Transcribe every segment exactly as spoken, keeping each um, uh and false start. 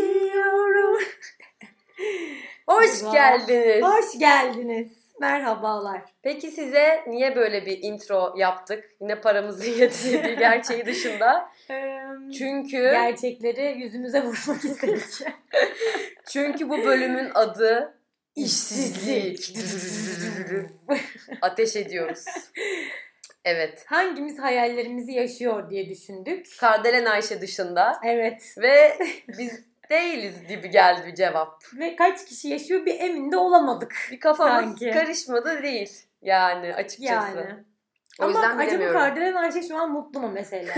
biliyorum. Hoş Merhaba. geldiniz. Hoş geldiniz. Merhabalar. Peki size niye böyle bir intro yaptık? Yine paramızın yetiştiği gerçeği dışında. Çünkü Gerçekleri yüzümüze vurmak istedik. çünkü bu bölümün adı İşsizlik. işsizlik. Ateş ediyoruz. Evet. Hangimiz hayallerimizi yaşıyor diye düşündük. Kardelen Ayşe dışında. Evet. Ve biz değiliz gibi geldi cevap. Ve kaç kişi yaşıyor bir emin de olamadık. Bir kafamız Sanki. karışmadı değil. Yani açıkçası. Yani. O Ama yüzden acaba bilemiyorum. Kardelen Ayşe şu an mutlu mu mesela?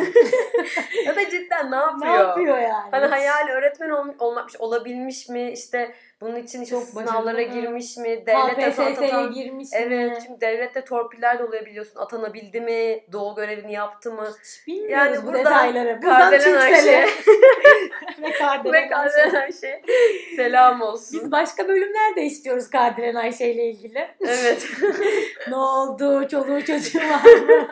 Ya da cidden ne yapıyor? Ne yapıyor yani? Hani hayali öğretmen ol, olmamış, olabilmiş mi? İşte bunun için işte Çok sınavlara başarılı mı? girmiş mi? K P Devlete S S'ye atan... girmiş Evet, mi? çünkü devlette torpiller de oluyor biliyorsun. Atanabildi mi? Doğu görevini yaptı mı? Hiç bilmiyoruz Yani bu buradan detayları. Buradan Kardelen Ayşe Türksel'e. Ve ve Kardelen Kardelen Ayşe. Ayşe selam olsun. Biz başka bölümler de istiyoruz Kardelen Ayşe ile ilgili. Evet. Ne oldu? Çoluğu çocuğu var mı?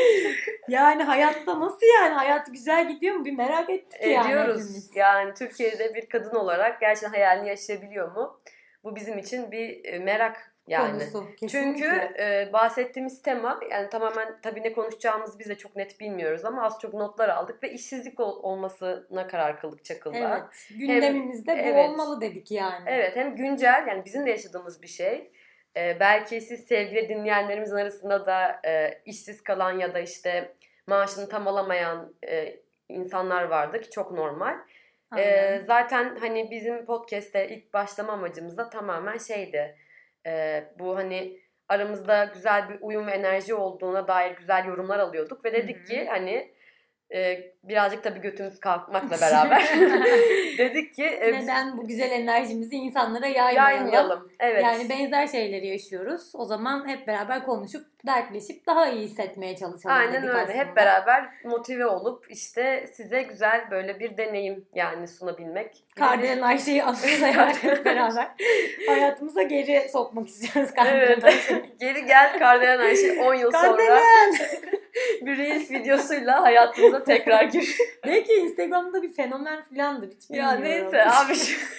Yani hayatta nasıl yani? Hayat güzel gidiyor mu? Bir merak ettik yani. Ediyoruz. Hepimiz. Yani Türkiye'de bir kadın olarak gerçekten hayalini yaşayabiliyor mu? Bu bizim için bir e, merak yani. Konusu, Çünkü e, bahsettiğimiz tema yani tamamen tabii ne konuşacağımızı biz de çok net bilmiyoruz ama az çok notlar aldık ve işsizlik ol, olmasına karar kıldık Çakıl'da. Evet. Gündemimizde Hem, bu evet, olmalı dedik yani. Evet, hem güncel yani bizim de yaşadığımız bir şey. E, belki siz sevgili dinleyenlerimizin arasında da e, işsiz kalan ya da işte maaşını tam alamayan e, insanlar vardı ki çok normal. E, zaten hani bizim podcast'te ilk başlama amacımız da tamamen şeydi. E, bu hani aramızda güzel bir uyum ve enerji olduğuna dair güzel yorumlar alıyorduk ve dedik Hı-hı. ki hani e, birazcık tabii götümüz kalkmakla beraber dedik ki e, neden bu güzel enerjimizi insanlara yaymayalım? yaymayalım. Evet. Yani benzer şeyleri yaşıyoruz. O zaman hep beraber konuşup dertleşip daha iyi hissetmeye çalışalım. Aynen dedik öyle. aslında. Hep beraber motive olup işte size güzel böyle bir deneyim yani sunabilmek. Kardelen Ayşe'yi anımsayarak hep beraber hayatımıza geri sokmak istiyoruz Kardelen Evet. Ayşe'yi. Geri gel Kardelen Ayşe on yıl Kardelen! sonra bir Reels videosuyla hayatımıza tekrar gir. Belki Instagram'da bir fenomen filandır. Hiç Ya bilmiyorum. neyse abi.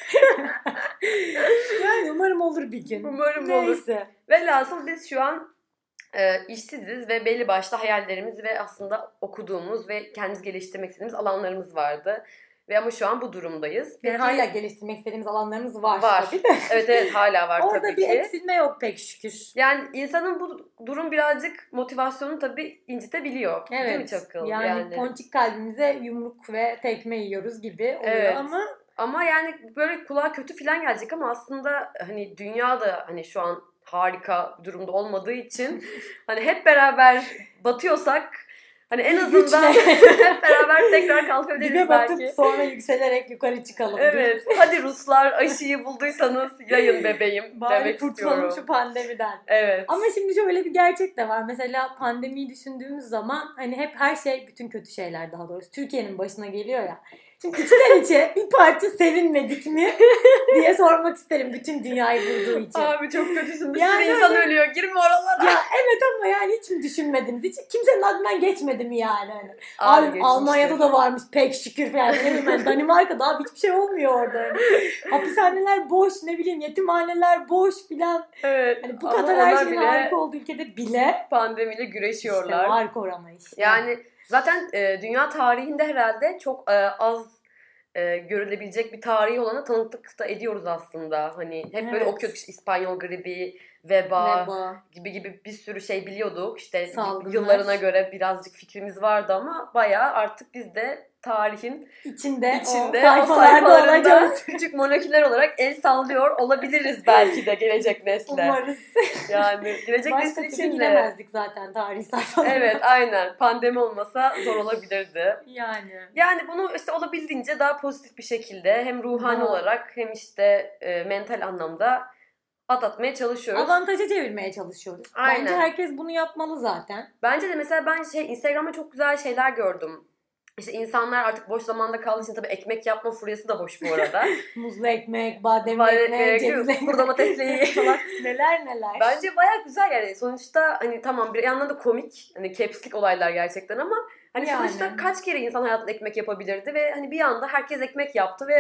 Yani umarım olur bir gün. Umarım neyse. olur. Velhasıl biz şu an e, işsiziz ve belli başlı hayallerimiz ve aslında okuduğumuz ve kendimiz geliştirmek istediğimiz alanlarımız vardı. Ve ama şu an bu durumdayız. Yani hala geliştirmek istediğimiz alanlarımız var. Var. Tabii de. Evet evet hala var Orada tabii bir ki. eksilme yok pek şükür. Yani insanın bu durum birazcık motivasyonunu tabii incitebiliyor. Evet. Değil mi Çakıl? Yani, yani ponçik kalbimize yumruk ve tekme yiyoruz gibi oluyor evet. ama ama yani böyle kulağa kötü falan gelecek ama aslında hani dünya da hani şu an harika bir durumda olmadığı için hani hep beraber batıyorsak hani en azından hep beraber tekrar kalkabiliriz dibe belki. batıp sonra yükselerek yukarı çıkalım. Evet. Hadi Ruslar aşıyı bulduysanız yayın bebeğim Bari demek kurtulalım istiyorum. şu pandemiden. Evet. Ama şimdi şöyle bir gerçek de var. Mesela pandemiyi düşündüğümüz zaman hani hep her şey, bütün kötü şeyler daha doğrusu Türkiye'nin başına geliyor ya. Şimdi içten içe bir parça sevinmedik mi diye sormak isterim bütün dünyayı bulduğu için. Abi çok kötüsün. Bir yani sürü insan öyle... ölüyor. Girme oralara. Ya evet ama yani hiç mi düşünmediniz? Hiç kimsenin aklından geçmedi mi yani? Hani, Abi, Abi, Almanya'da da varmış pek şükür falan. Ne bileyim ben, Danimarka'da abi hiçbir şey olmuyor orada. Yani. Hapishaneler boş, ne bileyim yetimhaneler boş filan. Evet. Hani bu kadar her şeyin harika olduğu ülkede bile pandemiyle güreşiyorlar. İşte var korona işte. Yani zaten e, dünya tarihinde herhalde çok e, az e, görülebilecek bir tarihi olana tanıklık da ediyoruz aslında. Hani hep evet. Böyle okuyorduk işte İspanyol gribi, veba, veba gibi gibi bir sürü şey biliyorduk. İşte salgınlar. Yıllarına göre birazcık fikrimiz vardı ama bayağı artık biz de tarihin içinde, içinde o sayfalarda olacağız. Küçük moleküller olarak el sallıyor olabiliriz belki de gelecek nesle. Umarız. Yani gelecek nesil için de. Gidemezdik zaten tarih sayfalarına. Evet aynen. Pandemi olmasa zor olabilirdi. Yani. Yani bunu işte olabildiğince daha pozitif bir şekilde hem ruhani ha. olarak hem işte e, mental anlamda atlatmaya çalışıyoruz. Avantaja çevirmeye çalışıyoruz. Aynen. Bence herkes bunu yapmalı zaten. Bence de mesela ben şey Instagram'da çok güzel şeyler gördüm. İşte insanlar artık boş zamanda kaldığı için tabii ekmek yapma furyası da hoş bu arada. Muzlu ekmek, bademli ekmek, cevizli ekmek. Kuru domatesli falan. neler neler. Bence bayağı güzel yani. Sonuçta hani tamam bir yandan da komik. Hani capslik olaylar gerçekten ama hani yani. Sonuçta kaç kere insan hayatında ekmek yapabilirdi ve hani bir anda herkes ekmek yaptı ve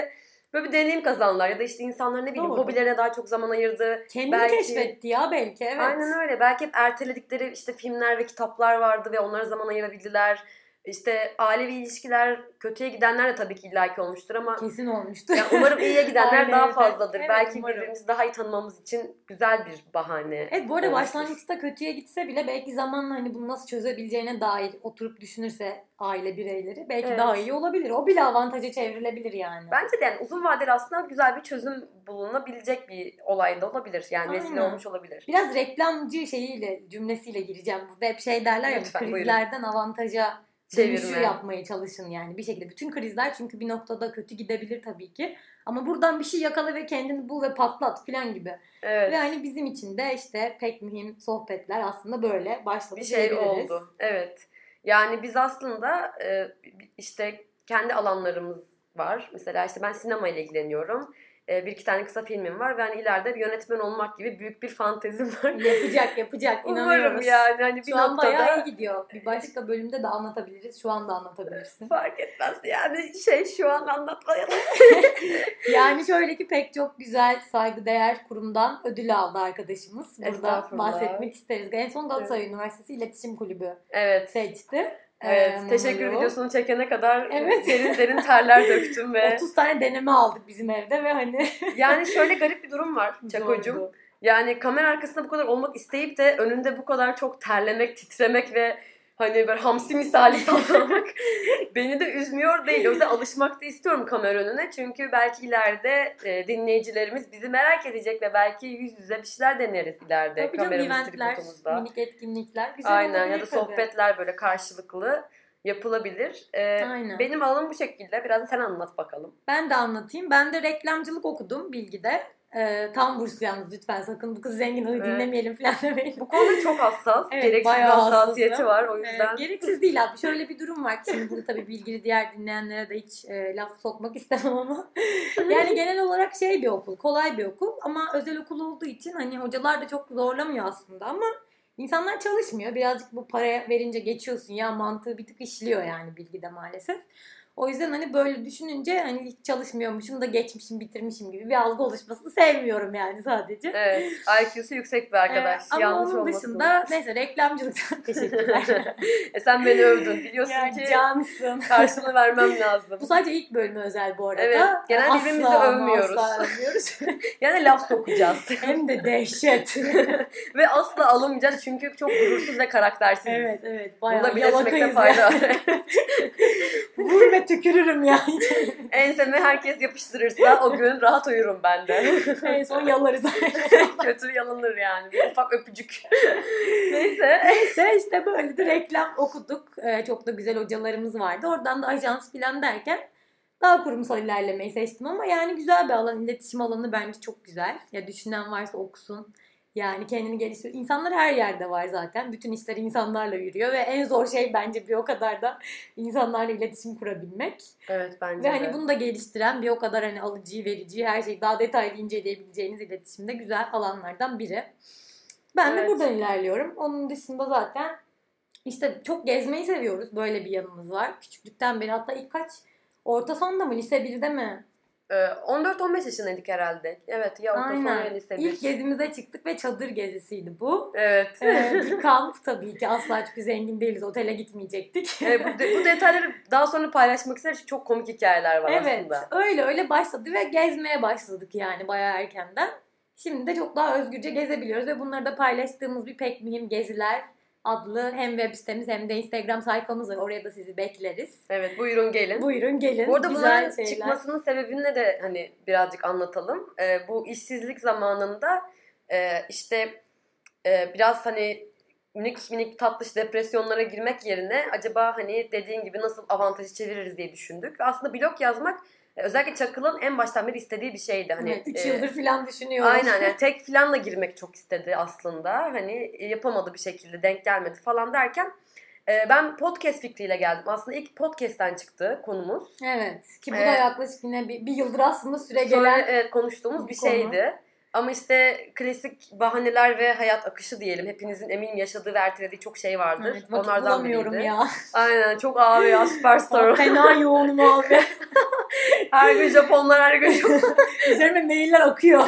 Böyle bir deneyim kazandılar ya da işte insanlar ne bileyim Doğru. hobilerine daha çok zaman ayırdı. Kendini belki... keşfetti ya belki, evet. Aynen öyle. Belki hep erteledikleri işte filmler ve kitaplar vardı ve onlara zaman ayırabildiler. İşte ailevi ilişkiler, kötüye gidenler de tabii ki illaki olmuştur ama kesin olmuştur. Yani umarım iyiye gidenler Aynen, daha evet. fazladır. Evet, belki umarım. birbirimizi daha iyi tanımamız için güzel bir bahane. Evet, bu arada olmuştur. başlangıçta kötüye gitse bile belki zamanla hani bunu nasıl çözebileceğine dair oturup düşünürse aile bireyleri belki Evet. daha iyi olabilir. O bile avantaja çevrilebilir yani. Bence de yani uzun vadeli aslında güzel bir çözüm bulunabilecek bir olay da olabilir. Yani vesile Aynen. olmuş olabilir. Biraz reklamcı şeyiyle, cümlesiyle gireceğim. Burada hep şey derler ya, Lütfen, krizlerden avantaja dönüşü Çevirme. yapmaya çalışın yani bir şekilde. Bütün krizler çünkü bir noktada kötü gidebilir tabii ki. Ama buradan bir şey yakala ve kendini bul ve patlat falan gibi. Evet. Ve hani bizim için de işte pek mühim sohbetler aslında böyle başladı Bir şey diyebiliriz. oldu. Evet. Yani biz aslında e, işte kendi alanlarımız var. Mesela işte ben sinema ile ilgileniyorum. E, bir iki tane kısa filmim var ve hani ileride bir yönetmen olmak gibi büyük bir fantezim var. Yapacak yapacak inanıyoruz. Umarım yani hani bir Şu an noktada bayağı iyi gidiyor. Bir başka bölümde de anlatabiliriz. Şu anda anlatabilirsin. fark etmez yani şey şu an anlatmayalım. Yani şöyle ki pek çok güzel saygıdeğer kurumdan ödül aldı arkadaşımız. Burada Estağfurullah. bahsetmek isteriz. En son Galatasaray evet. Üniversitesi İletişim Kulübü Evet. seçti. Evet, Ee, teşekkür Mamalo. videosunu çekene kadar Evet. derin derin terler döktüm ve otuz tane deneme aldık bizim evde ve hani yani şöyle garip bir durum var Çakocuğum. zordu. Yani kamera arkasında bu kadar olmak isteyip de önünde bu kadar çok terlemek, titremek ve hani böyle hamsi misali sallamak beni de üzmüyor değil. O yüzden alışmak da istiyorum kamera önüne. Çünkü belki ileride e, dinleyicilerimiz bizi merak edecek ve belki yüz yüze bir şeyler deneriz ileride Tabii canım, kameramız eventler, tripodumuzda. minik etkinlikler güzel Aynen olabilir ya da tabii. sohbetler böyle karşılıklı yapılabilir. Ee, Aynen. Benim alanım bu şekilde. Biraz da sen anlat bakalım. Ben de anlatayım. Ben de reklamcılık okudum Bilgi'de. Ee, tam burs yalnız lütfen sakın bu kız zengin hadi Evet. dinlemeyelim falan demeyin. Bu konuda çok hassas. Evet, gereksiz bir bayağı hassasiyeti hassasım. var o yüzden. Ee, gereksiz değil abi. Şöyle bir durum var ki şimdi burada tabii Bilgi'li diğer dinleyenlere de hiç e, laf sokmak istemem ama. Yani genel olarak şey bir okul, kolay bir okul ama özel okul olduğu için hani hocalar da çok zorlamıyor aslında ama insanlar çalışmıyor. Birazcık bu paraya verince geçiyorsun ya mantığı bir tık işliyor yani Bilgi'de maalesef. O yüzden hani böyle düşününce hani hiç çalışmıyormuşum da geçmişim bitirmişim gibi bir algı oluşmasını sevmiyorum yani sadece. Evet. I Q'su yüksek bir arkadaş. Ee, ama Yanlış onun olmasın. dışında neyse reklamcılıktan teşekkürler. e sen beni övdün. Biliyorsun Ya ki cansın. karşılığını vermem lazım. Bu sadece ilk bölümü özel bu arada. Evet. Genel Asla birbirimizi ama övmüyoruz. Asla övmüyoruz. Yani laf sokacağız. Hem de dehşet. Ve asla alınmayacağız çünkü çok gurursuz ve karaktersiz. evet evet. Bunu Bayağı da belirtmekte yalakayız fayda ya. var. Vur ve tükürürüm ya. Enseme herkes yapıştırırsa o gün rahat uyurum ben de. En son yalarız. Kötü yalınır yani. Bir ufak öpücük. Neyse. Neyse işte böyle de reklam okuduk. Ee, çok da güzel hocalarımız vardı. Oradan da ajans falan derken daha kurumsal ilerlemeyi seçtim ama yani güzel bir alan. İletişim alanı bence çok güzel. Ya düşünen varsa okusun. Yani kendini geliştiriyor. İnsanlar her yerde var zaten. Bütün işler insanlarla yürüyor ve en zor şey bence bir o kadar da insanlarla iletişim kurabilmek. Evet bence Ve de. hani bunu da geliştiren bir o kadar hani alıcıyı, vericiyi, her şeyi daha detaylı inceleyebileceğiniz iletişimde güzel alanlardan biri. Ben Evet. de buradan ilerliyorum. Onun dışında zaten işte çok gezmeyi seviyoruz. Böyle bir yanımız var. Küçüklükten beri hatta ilk kaç orta sonda mı lise birde mi? on dört on beş yaşındaydık herhalde. Evet ya orta son ya Aynen. lise bir. İlk gezimize çıktık ve çadır gezisiydi bu. Evet. Ee, bir kamp tabii ki. Asla çünkü zengin değiliz. Otele gitmeyecektik. Evet, bu, de- bu detayları daha sonra paylaşmak isterim çünkü çok komik hikayeler var Evet. aslında. Öyle öyle başladı ve gezmeye başladık yani bayağı erkenden. Şimdi de çok daha özgürce gezebiliyoruz ve bunları da paylaştığımız bir pek mühim geziler adlı hem web sitemiz hem de Instagram sayfamız var. Oraya da sizi bekleriz. Evet buyurun gelin. Buyurun gelin. Bu arada Güzel bunların şeyler. çıkmasının sebebini de hani birazcık anlatalım. Ee, bu işsizlik zamanında e, işte e, biraz hani minik minik tatlış depresyonlara girmek yerine acaba hani dediğin gibi nasıl avantajı çeviririz diye düşündük. Ve aslında blog yazmak e, özellikle Çakıl'ın en baştan beri istediği bir şeydi. Hani üç e, yıldır falan düşünüyorum. Aynen yani tek filanla girmek çok istedi aslında. Hani yapamadı bir şekilde denk gelmedi falan derken e, ben podcast fikriyle geldim. Aslında ilk podcast'ten çıktı konumuz. Evet. Ki bu Ee, da yaklaşık yine bir, bir yıldır aslında süre Sonra gelen evet konuştuğumuz bir bir konu. şeydi. Ama işte klasik bahaneler ve hayat akışı diyelim. Hepinizin eminim yaşadığı ve ertelediği çok şey vardır. Evet, vakit Onlardan bulamıyorum biriydi. ya. Aynen çok abi ya süperstar. Fena yoğunum abi. Her gün Japonlar her gün Japonlar. Üzerime mailler akıyor.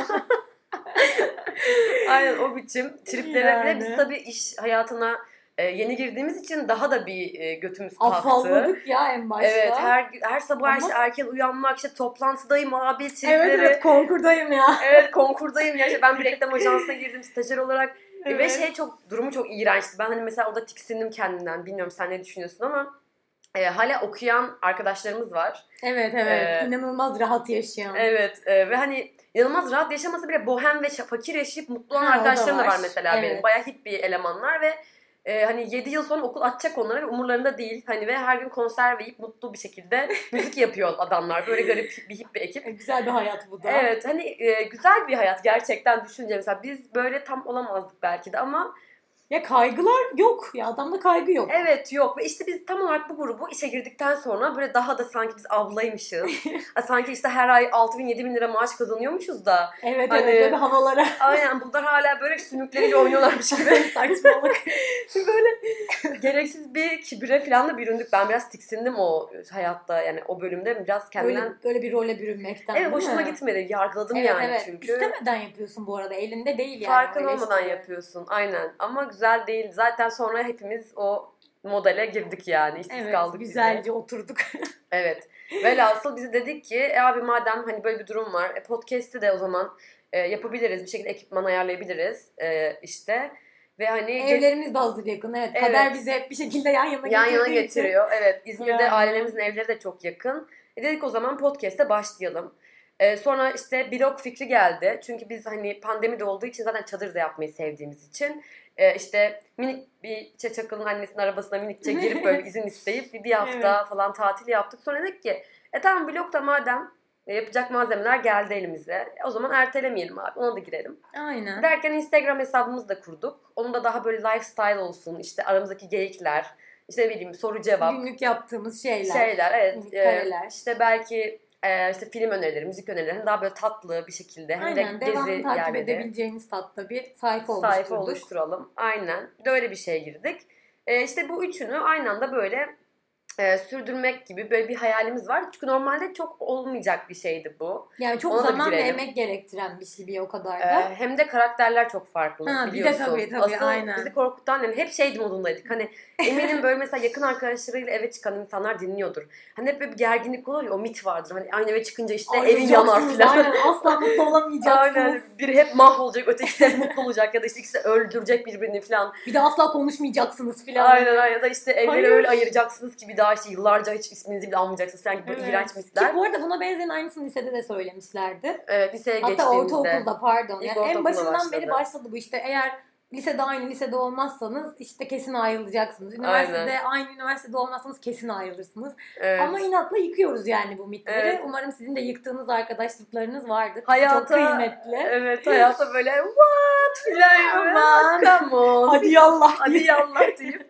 Aynen o biçim triplere. Yani. Ve biz tabii iş hayatına e, yeni girdiğimiz için daha da bir e, götümüz kalktı. Afalladık ya en başta. Evet her her sabah Ama... işte erken uyanmak, işte toplantıdayım abi tripleri. Evet evet konkurdayım ya. Evet konkurdayım ya. İşte ben bir reklam ajansına girdim stajyer olarak. Evet. Ve şey çok durumu çok iğrençti. Ben hani mesela orada tiksindim kendimden. Bilmiyorum sen ne düşünüyorsun ama e, hala okuyan arkadaşlarımız var. Evet evet. Ee, İnanılmaz rahat yaşayan. Evet e, ve hani inanılmaz rahat yaşaması bile bohem ve fakir yaşayıp mutlu olan Ha, arkadaşlarım da var. var mesela Evet. benim. Bayağı hippie elemanlar ve e, hani yedi yıl sonra okul açacak onlara ve umurlarında değil. Hani ve her gün konser yiyip mutlu bir şekilde müzik yapıyor adamlar. Böyle garip bir hippie ekip. E, güzel bir hayat bu da. Evet hani e, güzel bir hayat gerçekten düşünce mesela biz böyle tam olamazdık belki de ama Ya kaygılar yok. Ya adamda kaygı yok. evet yok ve işte biz tam olarak bu grubu işe girdikten sonra böyle daha da sanki biz ablaymışız. Sanki işte her ay altı bin yedi bin lira maaş kazanıyormuşuz da. Evet Hani- evet böyle havalara. Aynen bunlar hala böyle sümükleriyle oynuyorlarmış gibi. Saçmalık. Böyle gereksiz bir kibire falan da büründük. Ben biraz tiksindim o hayatta yani o bölümde biraz kendimden. Böyle, böyle bir role bürünmekten Evet değil hoşuma mi? gitmedi. Yargıladım Evet yani evet. çünkü. İstemeden yapıyorsun bu arada. Elinde değil yani. Farkın öyle olmadan işte. yapıyorsun. Aynen. Ama güzel değil. Zaten sonra hepimiz o modele girdik yani. İşsiz Evet kaldık biz de. güzelce oturduk. Evet. Velhasıl bize dedik ki e abi madem hani böyle bir durum var. E, podcast'i de o zaman e, yapabiliriz. Bir şekilde ekipman ayarlayabiliriz. E, işte. Ve hani Evlerimiz de hazır yakın. Evet. Evet. Kader bizi hep bir şekilde yan yana yan yana getirdiği için. getiriyor. Evet. İzmir'de Yani. ailelerimizin evleri de çok yakın. E dedik o zaman podcast'e başlayalım. E, sonra işte blog fikri geldi. Çünkü biz hani pandemi de olduğu için zaten çadır da yapmayı sevdiğimiz için e, işte minik bir Çeçakıl'ın annesinin arabasına minikçe girip böyle izin isteyip bir, bir hafta Evet. falan tatil yaptık. Sonra dedik ki e tamam blogda madem e, yapacak malzemeler geldi elimize. E, o zaman ertelemeyelim abi ona da girelim. Aynen. Derken Instagram hesabımızı da kurduk. Onu da daha böyle lifestyle olsun. İşte aramızdaki geyikler. İşte ne bileyim soru cevap. Günlük yaptığımız şeyler. Şeyler evet. minik E, kareler. işte belki e, işte film önerileri, müzik önerileri. Hani daha böyle tatlı bir şekilde. Hem Aynen. de Devamlı gezi takip yerleri. edebileceğiniz tatta bir sayfa oluşturduk. Sayfa oluşturalım. Aynen. Bir de öyle bir şeye girdik. E, işte bu üçünü aynı anda böyle e, sürdürmek gibi böyle bir hayalimiz var. Çünkü normalde çok olmayacak bir şeydi bu. Yani çok Ona da bir zaman ve girelim. emek gerektiren bir şey bir o kadar da. Ee, hem de karakterler çok farklı Ha, bir de biliyorsun. tabii, tabii, Asıl aynen. bizi korkutan yani hep şeydi modundaydık. Hani eminim böyle mesela yakın arkadaşlarıyla eve çıkan insanlar dinliyordur. Hani hep böyle bir gerginlik olur ya o mit vardır. Hani aynı eve çıkınca işte evin yanar Ayrılacaksınız, filan. Aynen asla mutlu olamayacaksınız. Aynen. Biri hep mahvolacak, ötekisi hep mutlu olacak ya da işte ikisi de öldürecek birbirini filan. Bir de asla konuşmayacaksınız filan. Aynen aynen ya da işte evleri Hayır. öyle ayıracaksınız ki bir daha işte yıllarca hiç isminizi bile almayacaksınız falan gibi böyle Evet. iğrenç mitler. Ki bu arada buna benzeyen aynısını lisede de söylemişlerdi. Evet liseye Hatta geçtiğimizde. ortaokulda pardon. İlk Yani en ortaokulda başından başladı. beri başladı bu işte. Eğer lisede aynı lisede olmazsanız işte kesin ayrılacaksınız. Üniversitede Aynen. aynı üniversitede olmazsanız kesin ayrılırsınız. Evet. Ama inatla yıkıyoruz yani bu mitleri. Evet. Umarım sizin de yıktığınız arkadaşlıklarınız vardır. Hayata, Çok kıymetli. Evet hayata böyle what filan Aman. come on. Hadi yallah Hadi diye. yallah deyip.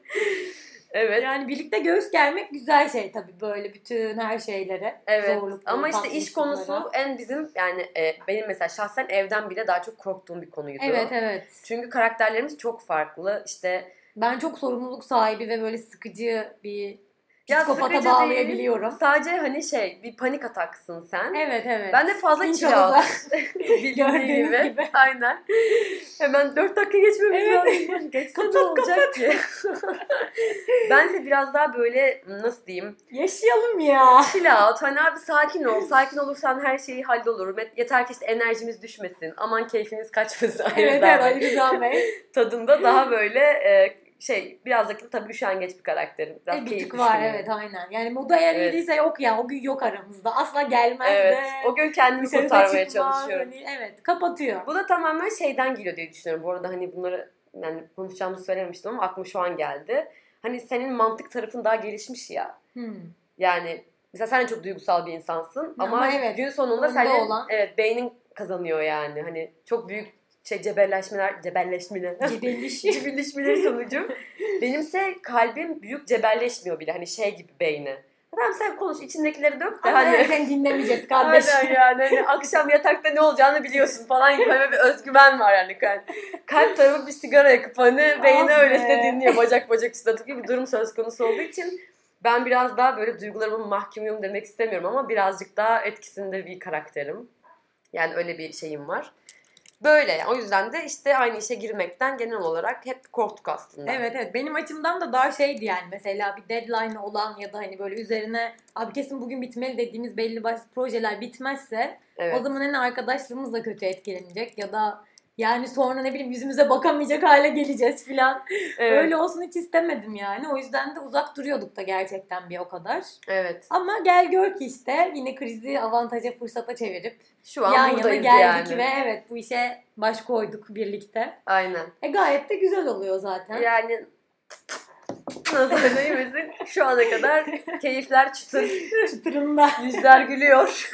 Evet. Yani birlikte göğüs germek güzel şey tabii böyle bütün her şeylere. Evet. Zorluklara, Ama işte iş tatlılıklara. konusu en bizim yani e, benim mesela şahsen evden bile daha çok korktuğum bir konuydu. Evet evet. Çünkü karakterlerimiz çok farklı. İşte Ben çok sorumluluk sahibi ve böyle sıkıcı bir ya psikopata sıkıcı bağlayabiliyorum. değil, sadece hani şey bir panik ataksın sen. Evet evet. Ben de fazla Pinç kilo odada. bildiğin Gördüğünüz gibi. gibi. Aynen. Hemen dört dakika geçmemiz Evet. lazım. Geçse Kapat, ne olacak ki? Bense biraz daha böyle nasıl diyeyim? Yaşayalım ya. Chill out. Hani abi sakin ol. Sakin olursan her şey hallolur. Yeter ki işte enerjimiz düşmesin. Aman keyfimiz kaçmasın. Ali Evet Rıza evet Bey. Ali Rıza Bey. Tadında daha böyle e, şey birazcık da tabii üşengeç bir karakterim. Biraz E, bir keyif tık var düşkünüyüm. evet aynen. Yani moda eğer Evet. iyiydiyse yok ya o gün yok aramızda. Asla gelmez Evet. de. O gün kendimi Dışarıda kurtarmaya çıkmaz. çalışıyorum. Hani, evet kapatıyor. Bu da tamamen şeyden geliyor diye düşünüyorum. Bu arada hani bunları yani konuşacağımızı söylememiştim ama aklıma şu an geldi. Hani senin mantık tarafın daha gelişmiş ya. Hmm. Yani mesela sen de çok duygusal bir insansın ama, Ama evet, gün sonunda önde senin olan- evet beynin kazanıyor yani. Hani çok büyük şey cebelleşmeler, cebelleşmeler, Cebelliş. cebelleşmeler sonucu benimse kalbim büyük cebelleşmiyor bile. Hani şey gibi beyni. Tamam sen konuş, içindekileri dök de Ama hani. seni dinlemeyeceğiz kardeşim. Aynen yani hani akşam yatakta ne olacağını biliyorsun falan gibi böyle bir özgüven var yani. Yani kalp tarafı bir sigara yakıp hani beyni Ah öylesine be. dinliyor, bacak bacak üstüne tutup gibi bir durum söz konusu olduğu için ben biraz daha böyle duygularımın mahkumuyum demek istemiyorum ama birazcık daha etkisinde bir karakterim. Yani öyle bir şeyim var. Böyle yani. O yüzden de işte aynı işe girmekten genel olarak hep korktuk aslında. Evet evet, benim açımdan da daha şeydi yani, mesela bir deadline olan ya da hani böyle üzerine abi kesin bugün bitmeli dediğimiz belli başlı projeler bitmezse Evet. o zaman hani arkadaşlığımız da kötü etkilenecek ya da yani sonra ne bileyim yüzümüze bakamayacak hale geleceğiz filan. Evet. Öyle olsun hiç istemedim yani. O yüzden de uzak duruyorduk da gerçekten bir o kadar. Evet. Ama gel gör ki işte yine krizi avantaja, fırsata çevirip Şu an yan yana buradayız geldik yani. ve evet bu işe baş koyduk birlikte. Aynen. E gayet de güzel oluyor zaten. Yani nazar değmesin. Şu ana kadar keyifler çıtır. Çıtırında. Yüzler gülüyor.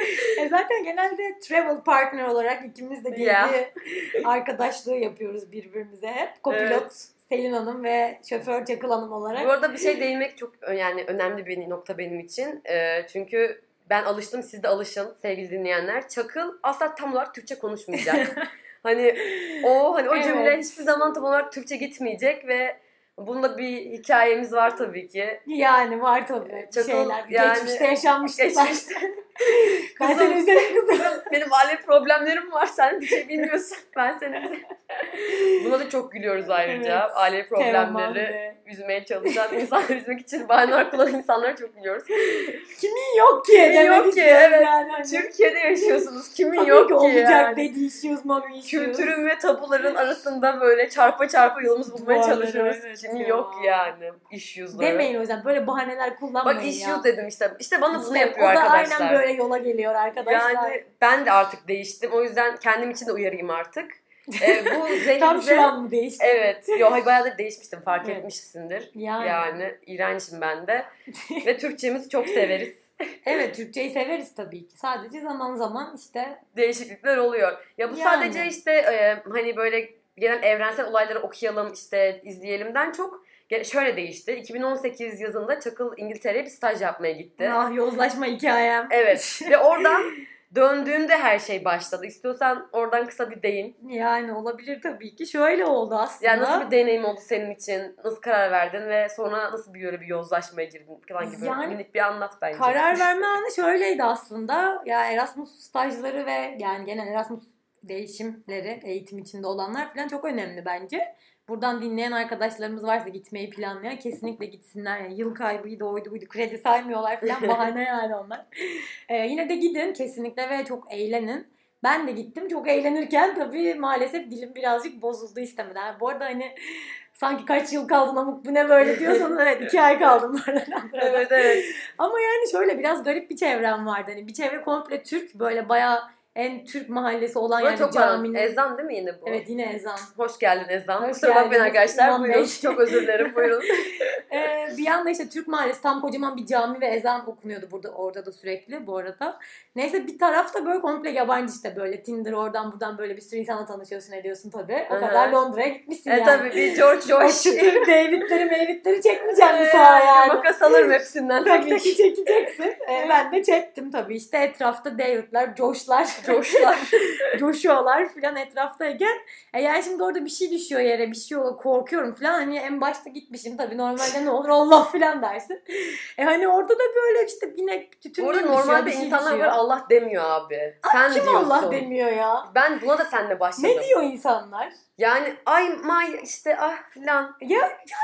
E zaten genelde travel partner olarak ikimiz de gezi Yeah. arkadaşlığı yapıyoruz birbirimize hep. Kopilot Evet. Selin Hanım ve şoför Çakıl Hanım Bu olarak. arada bir şey değinmek çok yani önemli bir nokta benim için. Ee, çünkü ben alıştım, siz de alışın sevgili dinleyenler. Çakıl asla tam olarak Türkçe konuşmayacak. hani o hani o Evet. cümle hiçbir zaman tam olarak Türkçe gitmeyecek ve bunda bir hikayemiz var tabii ki. Yani var tabii Çakıl, şeyler. yani- Geçmişte yaşanmıştı. Geçmişte. Ben Kızım. seni üzerim kızım. Kızım benim aile problemlerim var. Sen bir şey bilmiyorsun. Ben seni... Buna da çok gülüyoruz ayrıca. Evet. Aile Teoman problemleri be. üzmeye çalışan, insanları üzmek için bahaneler kullanan insanlara çok gülüyoruz. Kimin yok ki? Kimin demek yok ki, istiyorum evet. Yani. Hani. Türkiye'de yaşıyorsunuz. Kimin Tabii yok ki ki olacak yani. dedi issues, mommy issues. Kültürün ve tabuların arasında böyle çarpa çarpa yolumuzu bulmaya Duvarları, çalışıyoruz. evet Kimin ya. yok yani. İşyüzleri. Demeyin o yüzden. Böyle bahaneler kullanmayın Bak ya. issues dedim işte. İşte bana bunu İşte yapıyor o da arkadaşlar. aynen böyle yola geliyor arkadaşlar. Yani ben de artık değiştim. O yüzden kendim için de uyarayım artık. Ee, bu zihnimize... Tam şu an mı değişti? Evet. Yo, hayır bayağıdır değişmiştim. Fark Evet. etmişsindir. Yani. Yani iğrençim ben de. Ve Türkçemizi çok severiz. Evet, Türkçeyi severiz tabii ki. Sadece zaman zaman işte Değişiklikler oluyor. Ya bu Yani. sadece işte e, hani böyle genel evrensel olayları okuyalım işte izleyelimden çok ge- şöyle değişti. iki bin on sekiz yazında Çakıl İngiltere'ye bir staj yapmaya gitti. ah yozlaşma hikayem. Evet. Ve oradan döndüğünde her şey başladı. İstiyorsan oradan kısa bir değin. Yani olabilir tabii ki. Şöyle oldu aslında. Yani nasıl bir deneyim oldu senin için? Nasıl karar verdin ve sonra nasıl bir böyle bir yozlaşmaya girdin falan gibi Yani minik bir anlat bence. Karar verme anı şöyleydi aslında. Ya Erasmus stajları ve yani genel Erasmus değişimleri, eğitim içinde olanlar falan çok önemli bence. Buradan dinleyen arkadaşlarımız varsa gitmeyi planlayan kesinlikle gitsinler. Yani yıl kaybıydı, oydu buydu, kredi saymıyorlar falan, bahane yani onlar. Ee, yine de gidin kesinlikle ve çok eğlenin. Ben de gittim. Çok eğlenirken tabii maalesef dilim birazcık bozuldu istemeden. Bu arada hani sanki kaç yıl kaldın amık bu ne böyle diyorsanız evet iki ay kaldım bu arada. Evet evet. Ama yani şöyle biraz garip bir çevrem vardı. Hani bir çevre komple Türk, böyle bayağı en Türk mahallesi olan Böyle yani çok caminin. var. Ezan değil mi yine bu? Evet yine ezan. Hoş geldin Ezan. Hoş Kusura bakmayın geldiniz, arkadaşlar. İmam Buyurun. Bey. Çok özür dilerim. Buyurun. Ee, bir yanda işte Türk mahallesi, tam kocaman bir cami ve ezan okunuyordu burada, orada da sürekli bu arada. Neyse bir tarafta böyle komple yabancı, işte böyle Tinder oradan buradan böyle bir sürü insana tanışıyorsun ediyorsun tabii. O Hı hı. kadar Londra'ya gitmişsin E yani. tabii bir George O George. çıtır David'leri David'leri çekmeyeceğim bir Ee, sağa yani. Makas alırım hepsinden Tek tabii tek ki. çekeceksin. Ee, ben de çektim tabii. İşte etrafta David'ler, Josh'lar, Coşlar. coşuyorlar falan etraftayken. E yani şimdi orada bir şey düşüyor yere, bir şey oluyor, korkuyorum falan. Hani en başta gitmişim tabii, normalde ne olur Allah falan dersin. E hani orada da böyle işte binek tütün Bu arada düşüyor, normalde bir şey insanlar düşüyor. böyle Allah demiyor abi. Sen Kim diyorsun. Allah demiyor ya? Ben buna da seninle başladım. Ne diyor insanlar? Yani ay may işte ah filan. Ya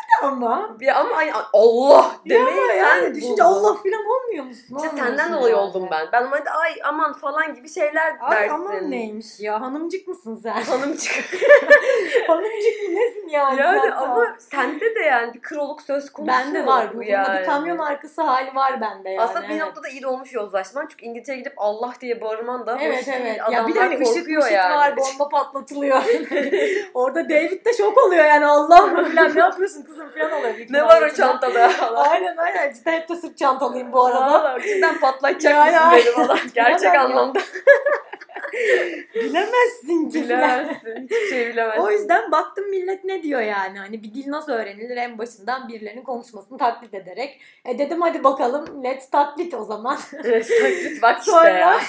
ama. Ya ama ay Allah Ya demeyi ama sen yani düşünce buldun. Allah falan olmuyor musun? İşte Olmuyorsun senden dolayı yani. oldum ben. Ben normalde ay aman falan gibi şeyler Ay dersin. aman neymiş ya? Hanımcık mısın sen? Hanımcık. Hanımcık mı nesin yani? Yani sen ama sende de yani bir kroluk söz konusu. bende var. Ruhumda yani. bir kamyon arkası hali var bende yani. Aslında bir evet. noktada iyi de olmuş yozlaşman. Çünkü İngiltere'ye gidip Allah diye bağırman da Evet hoş değil. evet. Adamlar Ya bir de hani ışık korkuyor ışık yani. var, bomba patlatılıyor. Orada David de şok oluyor yani, Allah mı falan, ne yapıyorsun kızım falan oluyor. büyük Ne var o ihtimalle. çantada falan. Aynen aynen. Cidden hep de sırt çantalıyım bu arada. Valla cidden patlatacak Ya, mısın ya. beni falan. Gerçek Ya, ya. anlamda. Bir Bilemezsin ki. Bilemezsin. Hiçbir şey bilemezsin. O yüzden baktım millet ne diyor yani. Hani bir dil nasıl öğrenilir? En başından birilerinin konuşmasını taklit ederek. E dedim hadi bakalım let's taklit o zaman. Taklit bak işte Sonra, ya.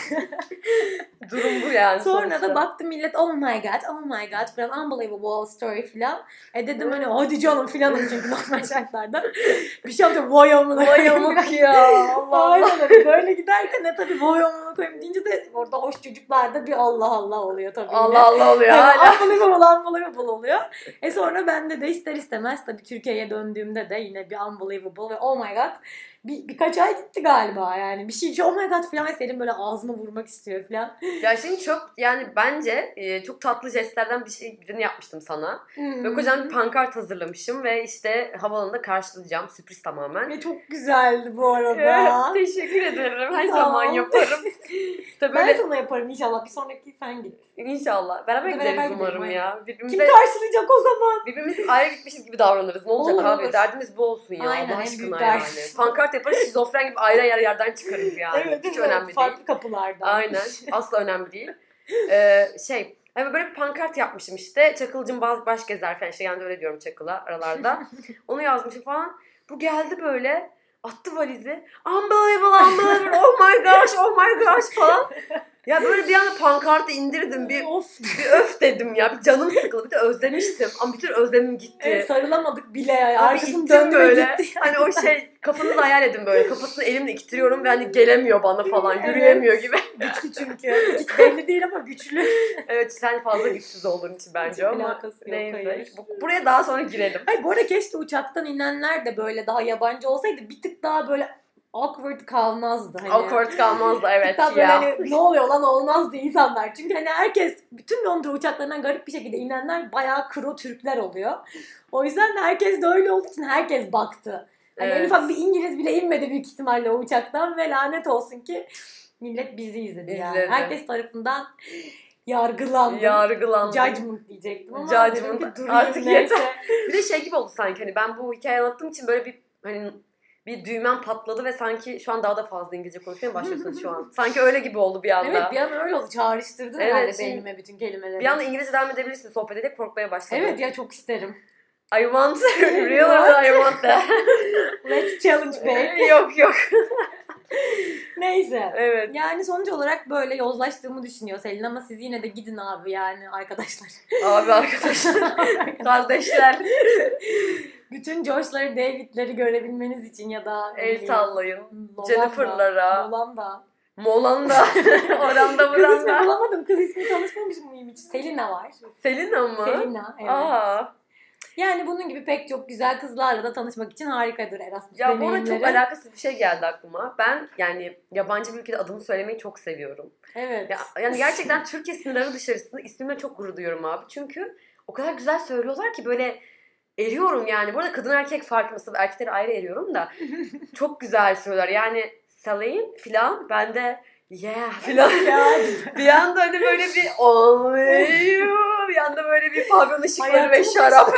Durum bu yani sonra sonuçta. da baktım millet oh my god, oh my god falan unbelievable story falan. E dedim hani hadi canım filanım çünkü normal şartlarda. Bir şey yapacağım vay amına Vay amık ya. Allah Allah. Aynen öyle. Böyle giderken de tabii vay amına koyayım deyince de orada hoş çocuklar da bir Allah Allah oluyor tabii. Allah yine. Allah oluyor Yani hala. unbelievable unbelievable oluyor. E sonra bende de ister istemez tabii Türkiye'ye döndüğümde de yine bir unbelievable ve oh my god bir, birkaç ay gitti galiba yani. Bir şey oh my god falan Selim böyle ağzıma vurmak istiyor falan. Ya şimdi çok yani bence e, çok tatlı jestlerden bir şey birini yapmıştım sana. Hmm. Ve kocaman bir pankart hazırlamışım ve işte havaalanında karşılayacağım. Sürpriz tamamen. Ve çok güzeldi bu arada. Teşekkür ederim. Her Sağ zaman ol. yaparım. Tabii Ben öyle, sana yaparım inşallah. Bir sonraki sen git. inşallah. Beraber Hadi gideriz beraber umarım gidelim, ya. Kim Birbirimize, karşılayacak o zaman? birbirimiz ayrı gitmişiz gibi davranırız. Ne olacak Olur, abi? olur. Derdimiz bu olsun ya. Aynen, Allah en aşkına büyük yani. dert. Pankart yaparız şizofren gibi ayrı yer yerden çıkarız yani. Evet, Hiç evet, önemli değil. farklı kapılardan. Aynen. Asla önemli değil. Ee, şey, hani böyle bir pankart yapmışım işte. Çakılcım baş, baş gezer falan. İşte yani öyle diyorum Çakıl'a aralarda. Onu yazmışım falan. Bu geldi böyle. Attı valizi. Unbelievable, unbelievable. Oh my gosh, oh my gosh falan. Ya böyle bir anda pankartı indirdim. Bir, Of. bir öf dedim ya. Bir canım sıkıldı. Bir de özlemiştim. Ama bütün özlemim gitti. Evet, sarılamadık bile ya. Abi Arkasını ittim döndü ve böyle. gitti. Hani o şey kafanızı hayal edin böyle. Kafasını elimle ittiriyorum ve hani gelemiyor bana falan. Evet. Yürüyemiyor gibi. Güçlü çünkü. Hiç belli değil ama güçlü. Evet sen fazla güçsüz olduğun için bence Hiç ama alakası yok, neyse. hayır. Bu- Buraya daha sonra girelim. Hayır bu arada keşke uçaktan inenler de böyle daha yabancı olsaydı bir tık daha böyle awkward kalmazdı. Hani. Awkward kalmazdı evet Hatta böyle ya. hani ne oluyor lan olmazdı insanlar. Çünkü hani herkes bütün Londra uçaklarından garip bir şekilde inenler bayağı kro Türkler oluyor. O yüzden de herkes de öyle olduğu için herkes baktı. Hani en Evet. ufak bir İngiliz bile inmedi büyük ihtimalle o uçaktan ve lanet olsun ki millet bizi izledi yani. İzledi. Herkes tarafından yargılandı. Yargılandım. Judgment diyecektim ama Judgment. dedim ki durayım Artık neyse. yeter. Bir de şey gibi oldu sanki hani ben bu hikayeyi anlattığım için böyle bir hani bir düğmem patladı ve sanki şu an daha da fazla İngilizce konuşmaya başlıyorsunuz şu an. Sanki öyle gibi oldu bir anda. Evet bir an öyle oldu. Çağrıştırdın Evet, herhalde şimdi- beynime bütün kelimeleri. Bir anda İngilizce devam edebilirsin sohbet edip korkmaya başladım. Evet ya çok isterim. I want, really I want that. Let's challenge babe. yok yok. Neyse. Evet. Yani sonuç olarak böyle yozlaştığımı düşünüyor Selin ama siz yine de gidin abi yani arkadaşlar. Abi arkadaşlar. Kardeşler. Bütün Josh'ları, David'leri görebilmeniz için ya da ne El bileyim, sallayın. Lolanda, Jennifer'lara. Lolanda. Molanda. Oranda Kız ismi buranda. bulamadım. Kız ismi tanışmamış mıyım hiç? Selina var. Selina mı? Selina evet. Aa. Yani bunun gibi pek çok güzel kızlarla da tanışmak için harikadır Erasmus Ya bu arada deneyimleri. çok alakasız bir şey geldi aklıma. Ben yani yabancı bir ülkede adımı söylemeyi çok seviyorum. Evet. Ya, yani gerçekten Türkiye sınırları dışarısında ismimle çok gurur duyuyorum abi. Çünkü o kadar güzel söylüyorlar ki böyle eriyorum yani. Bu arada kadın erkek farkı mesela erkekleri ayrı eriyorum da çok güzel söylüyorlar. Yani Celine filan ben de yeah filan. bir anda hani böyle bir olmuyor. Bir anda böyle bir pavyon ışıkları ve Hayatımın şarap.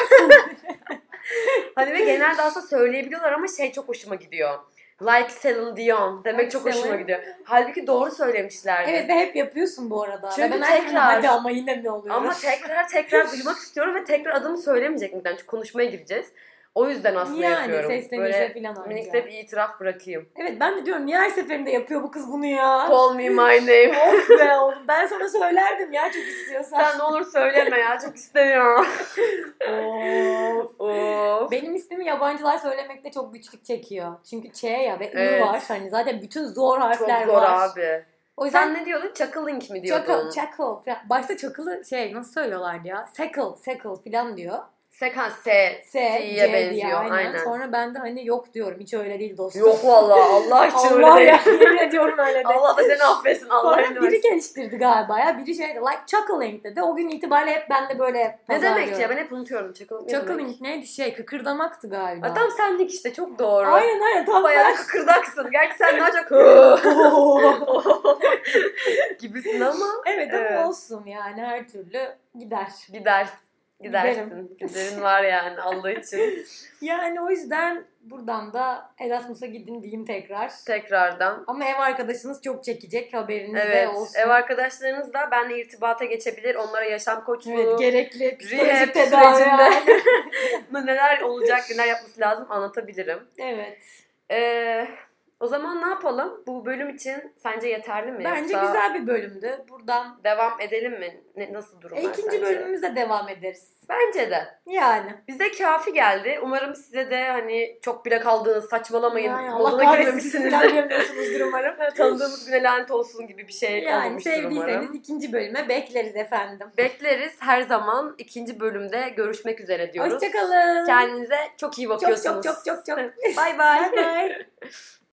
Hani ve genelde aslında söyleyebiliyorlar ama şey çok hoşuma gidiyor. Like Celine Dion demek Like çok hoşuma Celine. gidiyor. Halbuki doğru söylemişlerdi. Evet ve hep yapıyorsun bu arada. Çünkü ve ben her tekrar- hadi ama yine mi oluyor? Ama tekrar tekrar duymak istiyorum ve tekrar adımı söylemeyecek miyim? Çünkü konuşmaya gireceğiz. O yüzden aslında yani yapıyorum. seslenişe falan anca. minik de bir itiraf bırakayım. Evet ben de diyorum niye her seferinde yapıyor bu kız bunu ya? Call me my name. Of be oğlum ben sana söylerdim ya çok istiyorsan. Sen ne olur söyleme ya çok istemiyorum. Of. Of. Benim ismimi yabancılar söylemekte çok güçlük çekiyor. Çünkü Ç ya ve Ü Evet. var. Hani zaten bütün zor Çok harfler zor var. abi. O yüzden Sen ne diyordun? Chuckling mi diyordun? Çakıl, çakıl. Başta çakılı şey nasıl söylüyorlardı ya? Sekıl, sekıl falan diyor. Sekan S. S, C C'ye diye benziyor. aynen. Aynen. Sonra ben de hani yok diyorum. Hiç öyle değil dostum. Yok vallahi Allah için Allah öyle ya değil. yemin ediyorum öyle değil. Allah da seni affetsin. Allah Sonra izin biri versin. geliştirdi galiba ya. Biri şeydi like chuckling dedi. O gün itibariyle hep ben de böyle Ne pazarlıyorum. demek ya? Ben hep unutuyorum. Chuckling ne demek? Chuckling neydi şey kıkırdamaktı galiba. Ha, tam senlik işte çok doğru. Aynen aynen tam Bayağı ben. kıkırdaksın. Gerçi sen daha çok gibisin ama Evet Evet. ama olsun yani her türlü gider. gider. Gidersin. Giderin var yani Allah için. Yani o yüzden buradan da Erasmus'a gidin diyeyim tekrar. Tekrardan. Ama ev arkadaşınız çok çekecek, haberiniz Evet, de olsun. ev arkadaşlarınız da benimle irtibata geçebilir. Onlara yaşam koçluğu, Evet, gerekli rehab psikolojik tedavi. sürecinde neler olacak, neler yapması lazım anlatabilirim. Evet. Ee, o zaman ne yapalım? Bu bölüm için sence yeterli mi? Bence Yoksa güzel bir bölümdü. Buradan devam edelim mi? Ne, nasıl e, durumlar ikinci sence? bölümümüzde devam ederiz. Bence de. Yani. Bize kafi geldi. Umarım size de hani çok bile kaldığınız, saçmalamayın, Yani Allah moduna kahretsin girmemişsiniz. falan demiyorsunuzdur umarım. Tanıdığımız güne lanet olsun gibi bir şey Yani olmamıştır sevdiyseniz umarım. ikinci bölüme bekleriz efendim. Bekleriz her zaman ikinci bölümde görüşmek üzere diyoruz. Hoşçakalın. Kendinize çok iyi Çok bakıyorsunuz. çok çok çok çok. Bay bay. Bye bye.